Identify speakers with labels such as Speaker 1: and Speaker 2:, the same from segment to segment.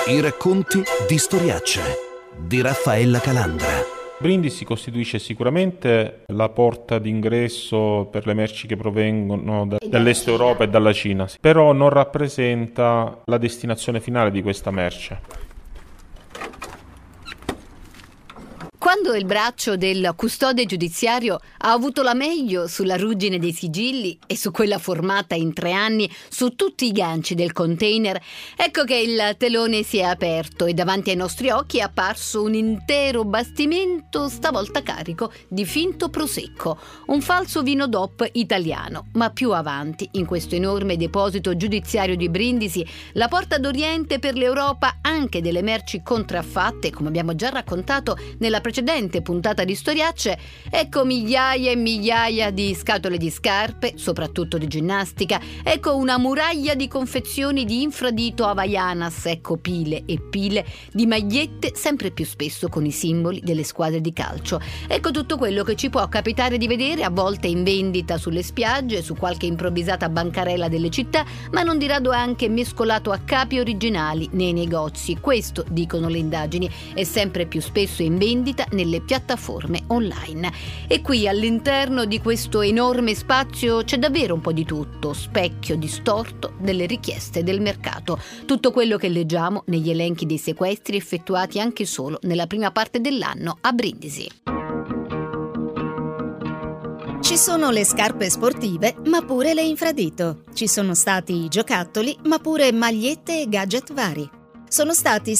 Speaker 1: I racconti di Storiacce di Raffaella Calandra.
Speaker 2: Brindisi costituisce sicuramente la porta d'ingresso per le merci che provengono dall'est Europa e dalla Cina, però non rappresenta la destinazione finale di questa merce.
Speaker 3: Quando il braccio del custode giudiziario ha avuto la meglio sulla ruggine dei sigilli e su quella formata in 3 anni su tutti i ganci del container, ecco che il telone si è aperto e davanti ai nostri occhi è apparso un intero bastimento, stavolta carico di finto prosecco, un falso vino DOP italiano. Ma più avanti, in questo enorme deposito giudiziario di Brindisi, la porta d'Oriente per l'Europa anche delle merci contraffatte, come abbiamo già raccontato nella precedente puntata di Storiacce, ecco migliaia e migliaia di scatole di scarpe, soprattutto di ginnastica, ecco una muraglia di confezioni di infradito Havaianas, ecco pile e pile di magliette sempre più spesso con i simboli delle squadre di calcio. Ecco tutto quello che ci può capitare di vedere a volte in vendita sulle spiagge, su qualche improvvisata bancarella delle città, ma non di rado anche mescolato a capi originali nei negozi. Questo, dicono le indagini, è sempre più spesso in vendita nelle piattaforme online. E qui all'interno di questo enorme spazio c'è davvero un po' di tutto, specchio distorto delle richieste del mercato, tutto quello che leggiamo negli elenchi dei sequestri effettuati anche solo nella prima parte dell'anno a Brindisi.
Speaker 4: Ci sono le scarpe sportive, ma pure le infradito. Ci sono stati i giocattoli, ma pure magliette e gadget vari. Sono stati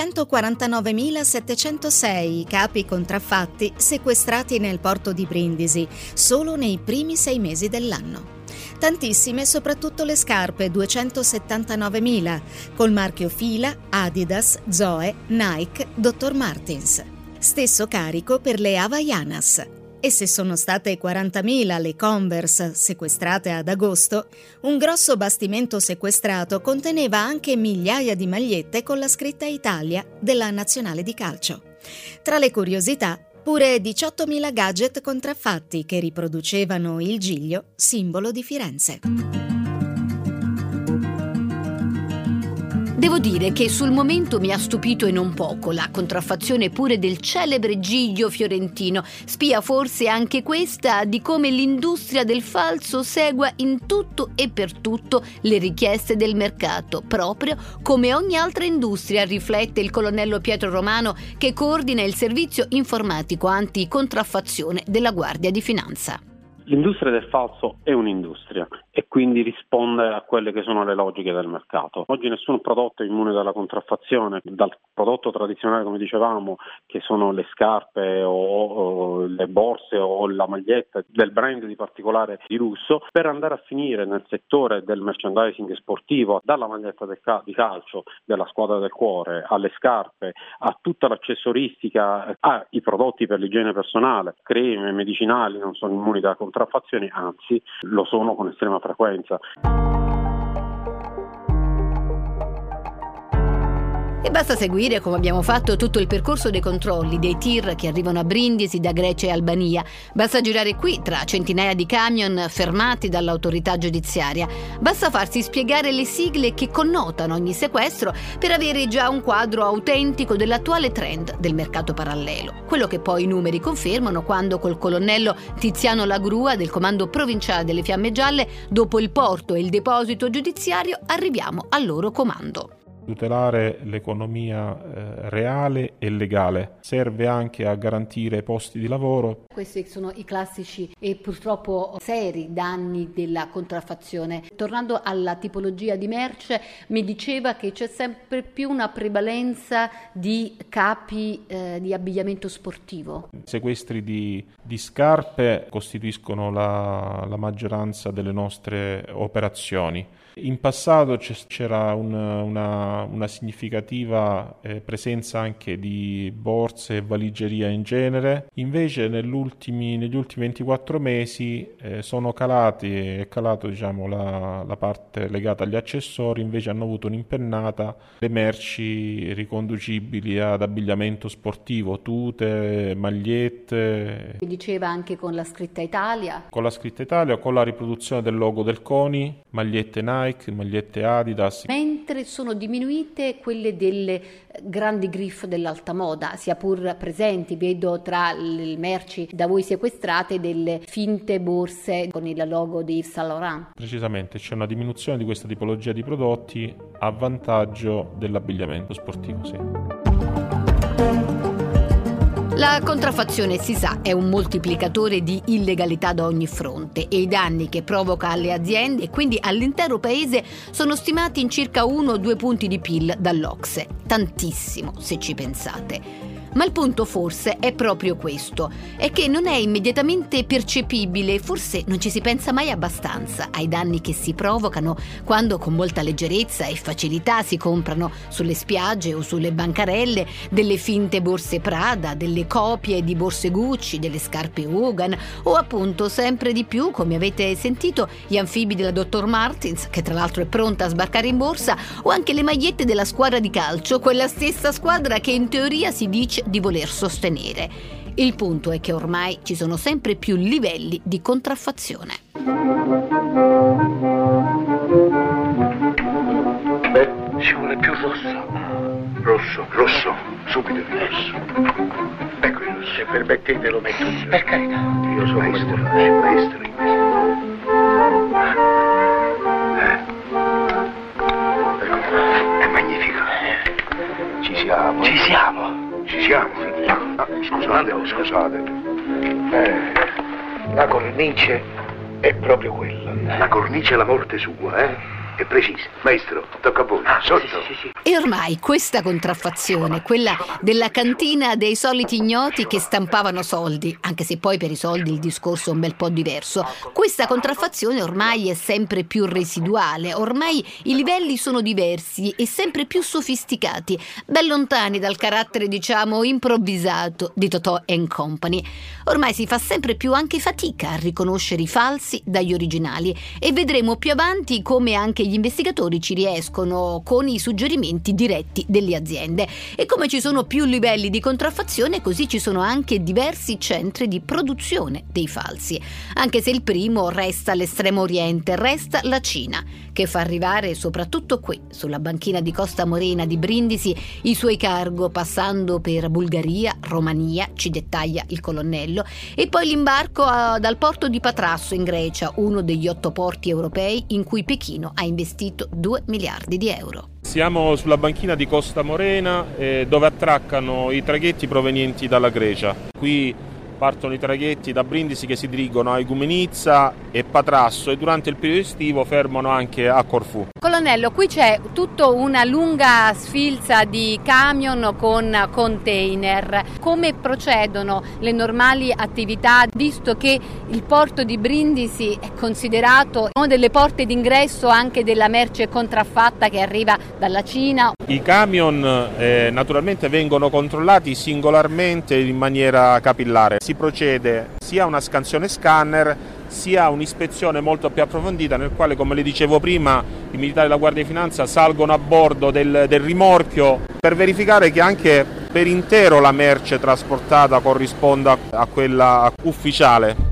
Speaker 4: 649.706 capi contraffatti sequestrati nel porto di Brindisi solo nei primi 6 mesi dell'anno. Tantissime soprattutto le scarpe, 279.000, col marchio Fila, Adidas, Zoe, Nike, Dr. Martens. Stesso carico per le Havaianas. E se sono state 40.000 le Converse sequestrate ad agosto, un grosso bastimento sequestrato conteneva anche migliaia di magliette con la scritta Italia della nazionale di calcio. Tra le curiosità, pure 18.000 gadget contraffatti che riproducevano il Giglio, simbolo di Firenze.
Speaker 3: Devo dire che sul momento mi ha stupito e non poco la contraffazione pure del celebre Giglio fiorentino, spia forse anche questa di come l'industria del falso segua in tutto e per tutto le richieste del mercato, proprio come ogni altra industria, riflette il colonnello Pietro Romano, che coordina il servizio informatico anticontraffazione della Guardia di Finanza.
Speaker 5: L'industria del falso è un'industria e quindi risponde a quelle che sono le logiche del mercato. Oggi nessun prodotto è immune dalla contraffazione, dal prodotto tradizionale, come dicevamo, che sono le scarpe o le borse o la maglietta del brand di particolare di lusso, per andare a finire nel settore del merchandising sportivo, dalla maglietta di calcio della squadra del cuore, alle scarpe, a tutta l'accessoristica, ai prodotti per l'igiene personale, creme, medicinali non sono immuni da contraffazioni, anzi lo sono con estrema frequenza.
Speaker 3: E basta seguire, come abbiamo fatto, tutto il percorso dei controlli dei tir che arrivano a Brindisi da Grecia e Albania. Basta girare qui tra centinaia di camion fermati dall'autorità giudiziaria. Basta farsi spiegare le sigle che connotano ogni sequestro per avere già un quadro autentico dell'attuale trend del mercato parallelo. Quello che poi i numeri confermano quando col colonnello Tiziano Lagrua del Comando Provinciale delle Fiamme Gialle, dopo il porto e il deposito giudiziario, arriviamo al loro comando.
Speaker 2: Tutelare l'economia reale e legale serve anche a garantire posti di lavoro.
Speaker 3: Questi sono i classici e purtroppo seri danni della contraffazione. Tornando alla tipologia di merce, mi diceva che c'è sempre più una prevalenza di capi di abbigliamento sportivo.
Speaker 2: I sequestri di scarpe costituiscono la maggioranza delle nostre operazioni. In passato c'era una significativa presenza anche di borse e valigeria in genere, invece negli ultimi 24 mesi è calato diciamo, la parte legata agli accessori, invece hanno avuto un'impennata le merci riconducibili ad abbigliamento sportivo, tute, magliette.
Speaker 3: Mi diceva anche con la scritta Italia.
Speaker 2: Con la scritta Italia, con la riproduzione del logo del CONI, magliette Nike, Nike, magliette Adidas.
Speaker 3: Mentre sono diminuite quelle delle grandi griff dell'alta moda, sia pur presenti, vedo tra le merci da voi sequestrate delle finte borse con il logo di Yves Saint Laurent.
Speaker 2: Precisamente, c'è una diminuzione di questa tipologia di prodotti a vantaggio dell'abbigliamento sportivo, sì.
Speaker 3: La contraffazione, si sa, è un moltiplicatore di illegalità da ogni fronte e i danni che provoca alle aziende e quindi all'intero paese sono stimati in circa 1 o 2 punti di PIL dall'OCSE. Tantissimo, se ci pensate. Ma il punto forse è proprio questo, è che non è immediatamente percepibile, forse non ci si pensa mai abbastanza ai danni che si provocano quando con molta leggerezza e facilità si comprano sulle spiagge o sulle bancarelle delle finte borse Prada, delle copie di borse Gucci, delle scarpe Hogan o appunto sempre di più, come avete sentito, gli anfibi della Dr. Martens, che tra l'altro è pronta a sbarcare in borsa, o anche le magliette della squadra di calcio, quella stessa squadra che in teoria si dice di voler sostenere. Il punto è che ormai ci sono sempre più livelli di contraffazione.
Speaker 6: Beh, ci vuole più rosso. Rosso, subito il rosso. Ecco il rosso. Se permettete lo metto io. Per carità. Io sono maestro. Maestro. Ecco, è magnifico. Ci siamo. Scusate. La cornice è proprio quella. La cornice è la morte sua, È precisa. Maestro, tocca a voi. Sotto. Sì.
Speaker 3: E ormai questa contraffazione, quella della cantina dei soliti ignoti che stampavano soldi, anche se poi per i soldi il discorso è un bel po' diverso, questa contraffazione ormai è sempre più residuale, ormai i livelli sono diversi e sempre più sofisticati, ben lontani dal carattere, diciamo, improvvisato di Totò & Company. Ormai si fa sempre più anche fatica a riconoscere i falsi dagli originali e vedremo più avanti come anche gli investigatori ci riescono con i suggerimenti diretti delle aziende. E come ci sono più livelli di contraffazione, così ci sono anche diversi centri di produzione dei falsi, anche se il primo resta l'Estremo Oriente, resta la Cina, che fa arrivare soprattutto qui, sulla banchina di Costa Morena di Brindisi, i suoi cargo, passando per Bulgaria, Romania, ci dettaglia il colonnello, e poi l'imbarco dal porto di Patrasso in Grecia, uno degli 8 porti europei in cui Pechino ha investito 2 miliardi di euro.
Speaker 2: Siamo sulla banchina di Costa Morena dove attraccano i traghetti provenienti dalla Grecia. Qui partono i traghetti da Brindisi che si dirigono a Igoumenitsa e Patrasso e durante il periodo estivo fermano anche a Corfù.
Speaker 7: Colonnello, qui c'è tutta una lunga sfilza di camion con container. Come procedono le normali attività, visto che il porto di Brindisi è considerato una delle porte d'ingresso anche della merce contraffatta che arriva dalla Cina?
Speaker 2: I camion naturalmente vengono controllati singolarmente in maniera capillare. Si procede sia a una scansione scanner sia a un'ispezione molto più approfondita nel quale, come le dicevo prima, i militari della Guardia di Finanza salgono a bordo del rimorchio per verificare che anche per intero la merce trasportata corrisponda a quella ufficiale.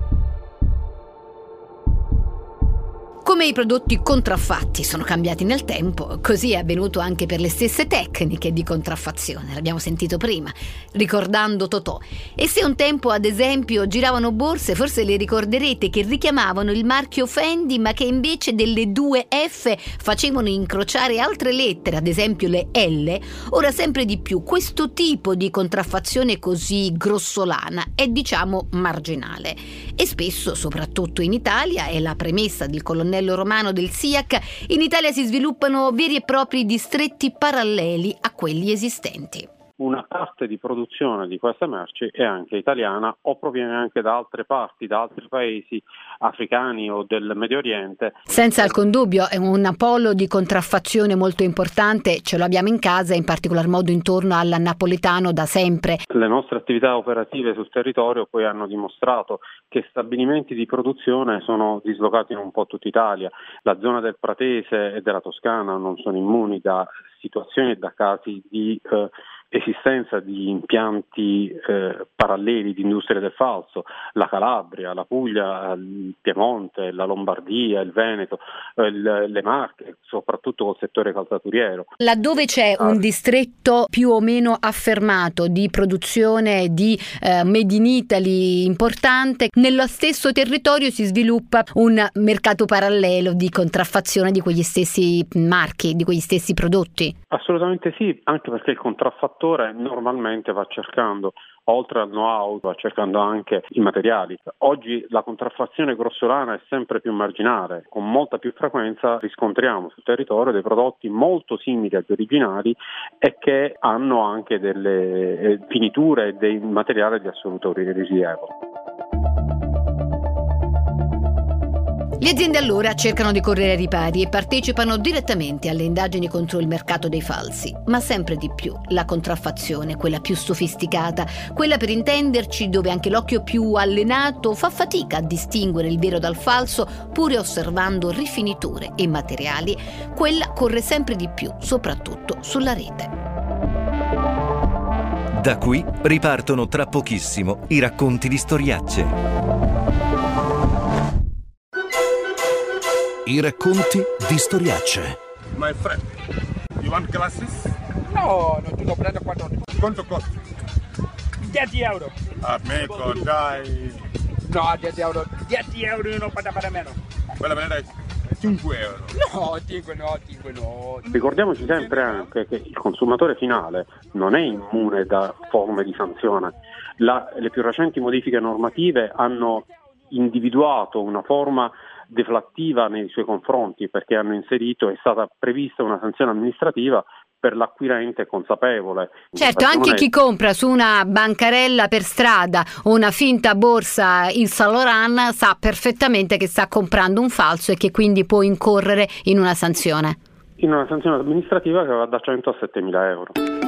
Speaker 3: Come i prodotti contraffatti sono cambiati nel tempo, così è avvenuto anche per le stesse tecniche di contraffazione, l'abbiamo sentito prima, ricordando Totò. E se un tempo, ad esempio, giravano borse, forse le ricorderete, che richiamavano il marchio Fendi, ma che invece delle 2 F facevano incrociare altre lettere, ad esempio le L. Ora sempre di più questo tipo di contraffazione così grossolana è, diciamo, marginale. E spesso, soprattutto in Italia, è la premessa del colonnello Romano del SIAC, in Italia si sviluppano veri e propri distretti paralleli a quelli esistenti.
Speaker 5: Una parte di produzione di queste merci è anche italiana o proviene anche da altre parti, da altri paesi africani o del Medio Oriente.
Speaker 3: Senza alcun dubbio è un polo di contraffazione molto importante, ce lo abbiamo in casa, in particolar modo intorno al napoletano da sempre.
Speaker 5: Le nostre attività operative sul territorio poi hanno dimostrato che stabilimenti di produzione sono dislocati in un po' tutta Italia. La zona del Pratese e della Toscana non sono immuni da situazioni e da casi di esistenza di impianti paralleli di industria del falso, la Calabria, la Puglia, il Piemonte, la Lombardia, il Veneto, le Marche, soprattutto col settore calzaturiero.
Speaker 3: Laddove c'è un distretto più o meno affermato di produzione di Made in Italy importante, nello stesso territorio si sviluppa un mercato parallelo di contraffazione di quegli stessi marchi, di quegli stessi prodotti?
Speaker 5: Assolutamente sì, anche perché il contraffattore normalmente va cercando, oltre al know-how, va cercando anche i materiali. Oggi la contraffazione grossolana è sempre più marginale, con molta più frequenza riscontriamo sul territorio dei prodotti molto simili agli originali e che hanno anche delle finiture e dei materiali di assoluto rilievo.
Speaker 3: Le aziende allora cercano di correre ai ripari e partecipano direttamente alle indagini contro il mercato dei falsi, ma sempre di più la contraffazione, quella più sofisticata, quella per intenderci dove anche l'occhio più allenato fa fatica a distinguere il vero dal falso pure osservando rifiniture e materiali, quella corre sempre di più, soprattutto sulla rete.
Speaker 8: Da qui ripartono tra pochissimo i racconti di storiacce.
Speaker 1: I racconti di storiacce.
Speaker 9: My friend, you want glasses?
Speaker 10: No, non ti lo prendo quanto.
Speaker 9: Quanto costa?
Speaker 10: 10 euro.
Speaker 9: Amico, dai.
Speaker 10: No, 10 euro. 10 euro io non pago per meno.
Speaker 9: Quella me ne dai 5 euro.
Speaker 10: No, 5 no.
Speaker 5: Ricordiamoci sempre anche che il consumatore finale non è immune da forme di sanzione. Le più recenti modifiche normative hanno individuato una forma deflattiva nei suoi confronti, perché hanno inserito, è stata prevista una sanzione amministrativa per l'acquirente consapevole.
Speaker 3: Certo, anche chi compra su una bancarella per strada o una finta borsa il Saint Laurent sa perfettamente che sta comprando un falso e che quindi può incorrere in una sanzione.
Speaker 5: In una sanzione amministrativa che va da 100 a 7.000 euro.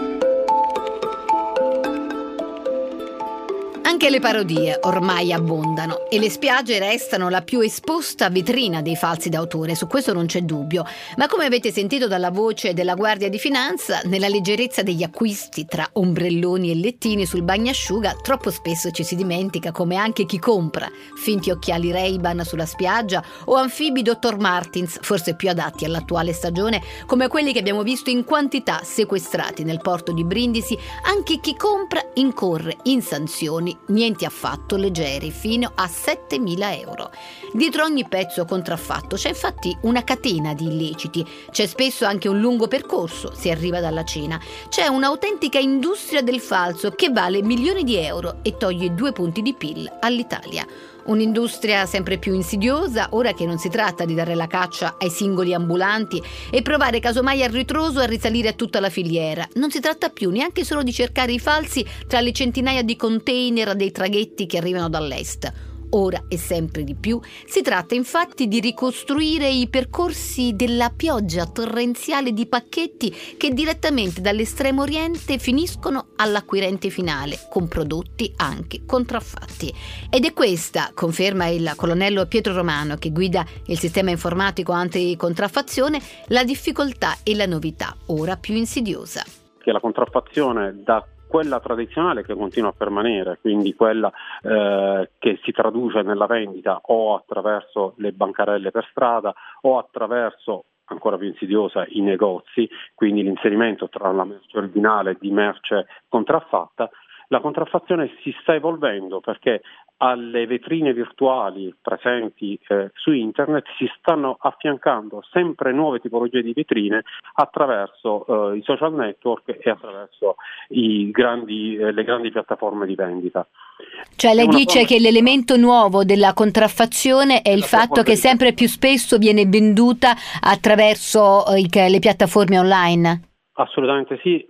Speaker 3: Anche le parodie ormai abbondano e le spiagge restano la più esposta vetrina dei falsi d'autore, su questo non c'è dubbio. Ma come avete sentito dalla voce della Guardia di Finanza, nella leggerezza degli acquisti tra ombrelloni e lettini sul bagnasciuga, troppo spesso ci si dimentica come anche chi compra finti occhiali Ray-Ban sulla spiaggia o anfibi Dr. Martens, forse più adatti all'attuale stagione, come quelli che abbiamo visto in quantità sequestrati nel porto di Brindisi, anche chi compra incorre in sanzioni niente affatto leggeri, fino a 7.000 euro. Dietro ogni pezzo contraffatto c'è infatti una catena di illeciti, c'è spesso anche un lungo percorso, si arriva dalla Cina, c'è un'autentica industria del falso che vale milioni di euro e toglie 2 punti di PIL all'Italia. Un'industria sempre più insidiosa, ora che non si tratta di dare la caccia ai singoli ambulanti e provare casomai a ritroso a risalire a tutta la filiera. Non si tratta più neanche solo di cercare i falsi tra le centinaia di container dei traghetti che arrivano dall'est. Ora e sempre di più si tratta infatti di ricostruire i percorsi della pioggia torrenziale di pacchetti che direttamente dall'estremo oriente finiscono all'acquirente finale, con prodotti anche contraffatti. Ed è questa, conferma il colonnello Pietro Romano che guida il sistema informatico anticontraffazione, la difficoltà e la novità ora più insidiosa.
Speaker 5: Che la contraffazione da quella tradizionale che continua a permanere, quindi quella che si traduce nella vendita o attraverso le bancarelle per strada o attraverso, ancora più insidiosa, i negozi, quindi l'inserimento tra la merce originale di merce contraffatta. La contraffazione si sta evolvendo perché alle vetrine virtuali presenti su internet si stanno affiancando sempre nuove tipologie di vetrine attraverso i social network e attraverso le grandi piattaforme di vendita.
Speaker 3: Cioè lei dice che l'elemento nuovo della contraffazione è il fatto che sempre più spesso viene venduta attraverso le piattaforme online?
Speaker 5: Assolutamente sì,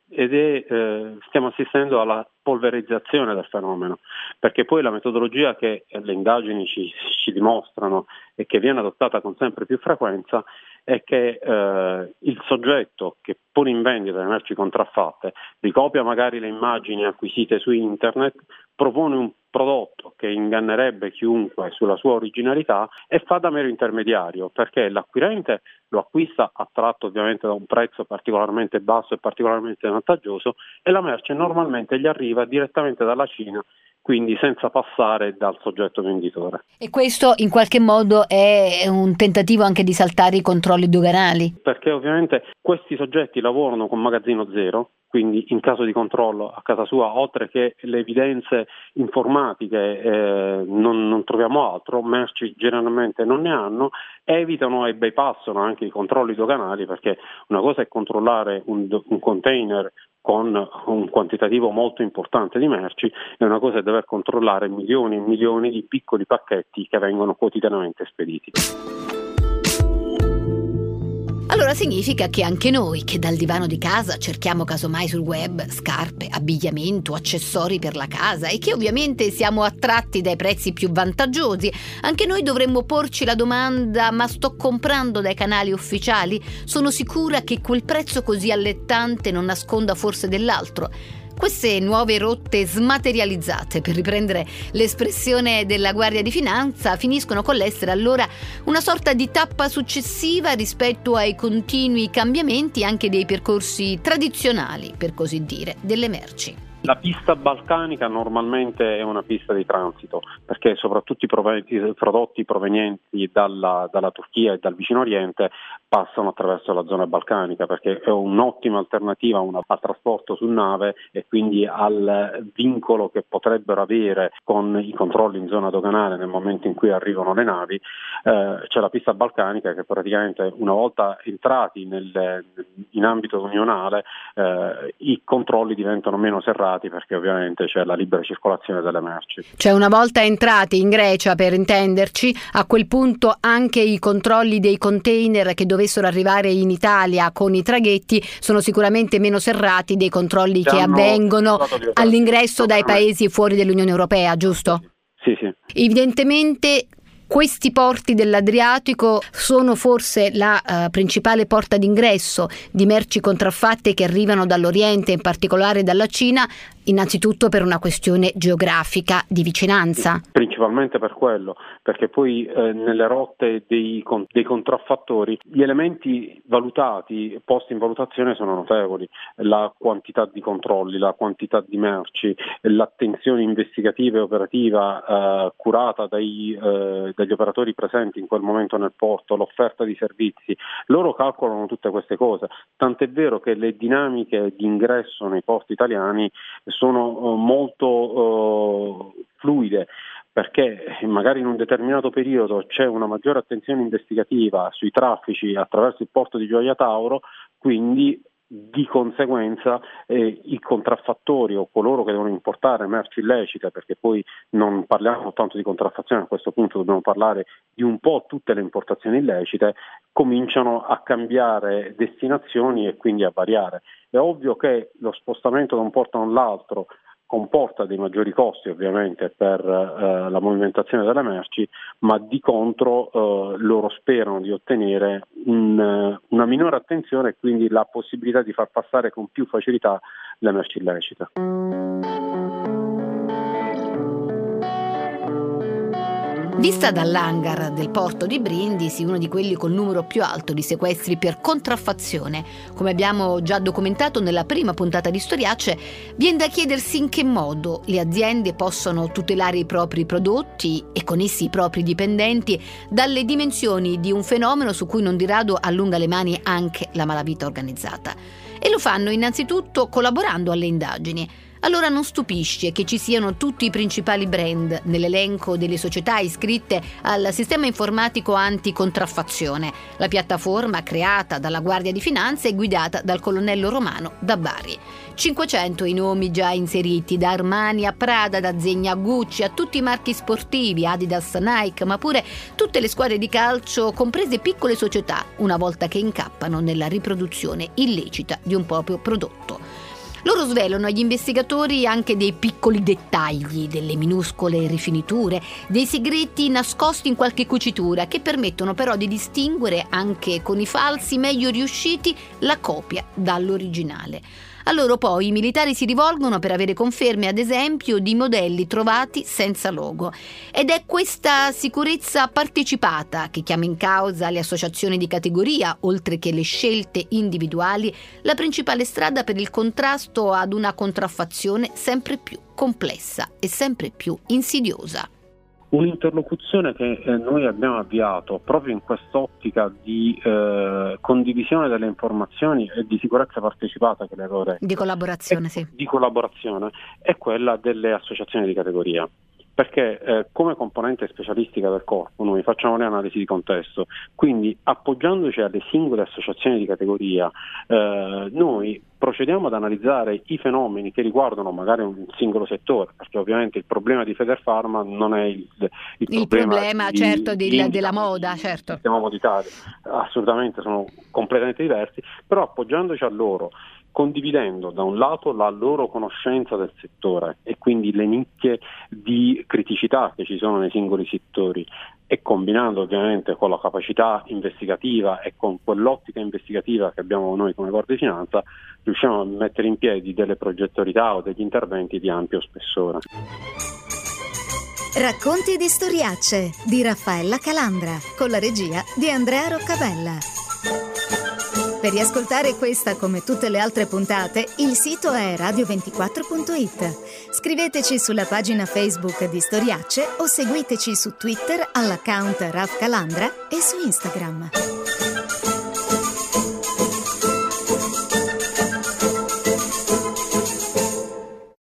Speaker 5: stiamo assistendo alla polverizzazione del fenomeno, perché poi la metodologia che le indagini ci dimostrano e che viene adottata con sempre più frequenza è che il soggetto che pone in vendita le merci contraffatte ricopia magari le immagini acquisite su internet, propone un prodotto che ingannerebbe chiunque sulla sua originalità e fa da mero intermediario, perché l'acquirente lo acquista attratto ovviamente da un prezzo particolarmente basso e particolarmente vantaggioso, e la merce normalmente gli arriva direttamente dalla Cina, quindi senza passare dal soggetto venditore.
Speaker 3: E questo in qualche modo è un tentativo anche di saltare i controlli doganali?
Speaker 5: Perché ovviamente questi soggetti lavorano con magazzino zero, quindi in caso di controllo a casa sua, oltre che le evidenze informatiche, non troviamo altro, merci generalmente non ne hanno, evitano e bypassano anche i controlli doganali, perché una cosa è controllare un container con un quantitativo molto importante di merci, e una cosa è dover controllare milioni e milioni di piccoli pacchetti che vengono quotidianamente spediti.
Speaker 3: Allora significa che anche noi, che dal divano di casa cerchiamo casomai sul web scarpe, abbigliamento, accessori per la casa, e che ovviamente siamo attratti dai prezzi più vantaggiosi, anche noi dovremmo porci la domanda: ma sto comprando dai canali ufficiali? Sono sicura che quel prezzo così allettante non nasconda forse dell'altro? Queste nuove rotte smaterializzate, per riprendere l'espressione della Guardia di Finanza, finiscono con l'essere allora una sorta di tappa successiva rispetto ai continui cambiamenti anche dei percorsi tradizionali, per così dire, delle merci.
Speaker 5: La pista balcanica normalmente è una pista di transito, perché soprattutto i prodotti provenienti dalla Turchia e dal vicino Oriente passano attraverso la zona balcanica, perché è un'ottima alternativa al trasporto su nave e quindi al vincolo che potrebbero avere con i controlli in zona doganale nel momento in cui arrivano le navi. C'è la pista balcanica che praticamente, una volta entrati in ambito unionale, i controlli diventano meno serrati, perché ovviamente c'è la libera circolazione delle merci.
Speaker 3: Cioè, una volta entrati in Grecia, per intenderci, a quel punto anche i controlli dei container che dovessero arrivare in Italia con i traghetti sono sicuramente meno serrati dei controlli che avvengono all'ingresso dai paesi fuori dell'Unione Europea, giusto?
Speaker 5: Sì.
Speaker 3: Evidentemente questi porti dell'Adriatico sono forse la principale porta d'ingresso di merci contraffatte che arrivano dall'Oriente, in particolare dalla Cina, innanzitutto per una questione geografica di vicinanza.
Speaker 5: Principalmente per quello, perché poi nelle rotte dei contraffattori gli elementi valutati, posti in valutazione, sono notevoli: la quantità di controlli, la quantità di merci, l'attenzione investigativa e operativa curata dagli operatori presenti in quel momento nel porto, l'offerta di servizi. Loro calcolano tutte queste cose, tant'è vero che le dinamiche di ingresso nei porti italiani sono molto fluide, perché magari in un determinato periodo c'è una maggiore attenzione investigativa sui traffici attraverso il porto di Gioia Tauro, quindi di conseguenza i contraffattori o coloro che devono importare merci illecite, perché poi non parliamo soltanto di contraffazione, a questo punto dobbiamo parlare di un po' tutte le importazioni illecite, cominciano a cambiare destinazioni e quindi a variare. È ovvio che lo spostamento da un porto all'altro comporta dei maggiori costi ovviamente per la movimentazione delle merci, ma di contro loro sperano di ottenere una minore attenzione e quindi la possibilità di far passare con più facilità le merci illecite.
Speaker 3: Vista dall'hangar del porto di Brindisi, uno di quelli col numero più alto di sequestri per contraffazione, come abbiamo già documentato nella prima puntata di Storiacce, viene da chiedersi in che modo le aziende possono tutelare i propri prodotti e con essi i propri dipendenti dalle dimensioni di un fenomeno su cui non di rado allunga le mani anche la malavita organizzata. E lo fanno innanzitutto collaborando alle indagini. Allora non stupisce che ci siano tutti i principali brand nell'elenco delle società iscritte al sistema informatico anticontraffazione, la piattaforma creata dalla Guardia di Finanza e guidata dal colonnello Romano da Bari. 500 i nomi già inseriti, da Armani a Prada, da Zegna a Gucci, a tutti i marchi sportivi, Adidas, Nike, ma pure tutte le squadre di calcio, comprese piccole società, una volta che incappano nella riproduzione illecita di un proprio prodotto. Loro svelano agli investigatori anche dei piccoli dettagli, delle minuscole rifiniture, dei segreti nascosti in qualche cucitura che permettono però di distinguere anche con i falsi meglio riusciti la copia dall'originale. A loro poi i militari si rivolgono per avere conferme, ad esempio, di modelli trovati senza logo. Ed è questa sicurezza partecipata che chiama in causa le associazioni di categoria, oltre che le scelte individuali, la principale strada per il contrasto ad una contraffazione sempre più complessa e sempre più insidiosa.
Speaker 5: Un'interlocuzione che noi abbiamo avviato proprio in quest'ottica di condivisione delle informazioni e di sicurezza partecipata, che le avevo detto,
Speaker 3: di collaborazione, sì.
Speaker 5: Di collaborazione, è quella delle associazioni di categoria. Perché come componente specialistica del corpo noi facciamo le analisi di contesto, quindi appoggiandoci alle singole associazioni di categoria noi procediamo ad analizzare i fenomeni che riguardano magari un singolo settore, perché ovviamente il problema di Federpharma non è il problema
Speaker 3: certo della moda, certo.
Speaker 5: Il sistema monetario, assolutamente sono completamente diversi, però appoggiandoci a loro, condividendo da un lato la loro conoscenza del settore e quindi le nicchie di criticità che ci sono nei singoli settori e combinando ovviamente con la capacità investigativa e con quell'ottica investigativa che abbiamo noi come Guardia di Finanza, riusciamo a mettere in piedi delle progettualità o degli interventi di ampio spessore.
Speaker 4: Racconti di storiacce di Raffaella Calandra con la regia di Andrea Roccabella. Per riascoltare questa come tutte le altre puntate, il sito è radio24.it. Scriveteci sulla pagina Facebook di Storiacce o seguiteci su Twitter all'account Raf Calandra e su Instagram.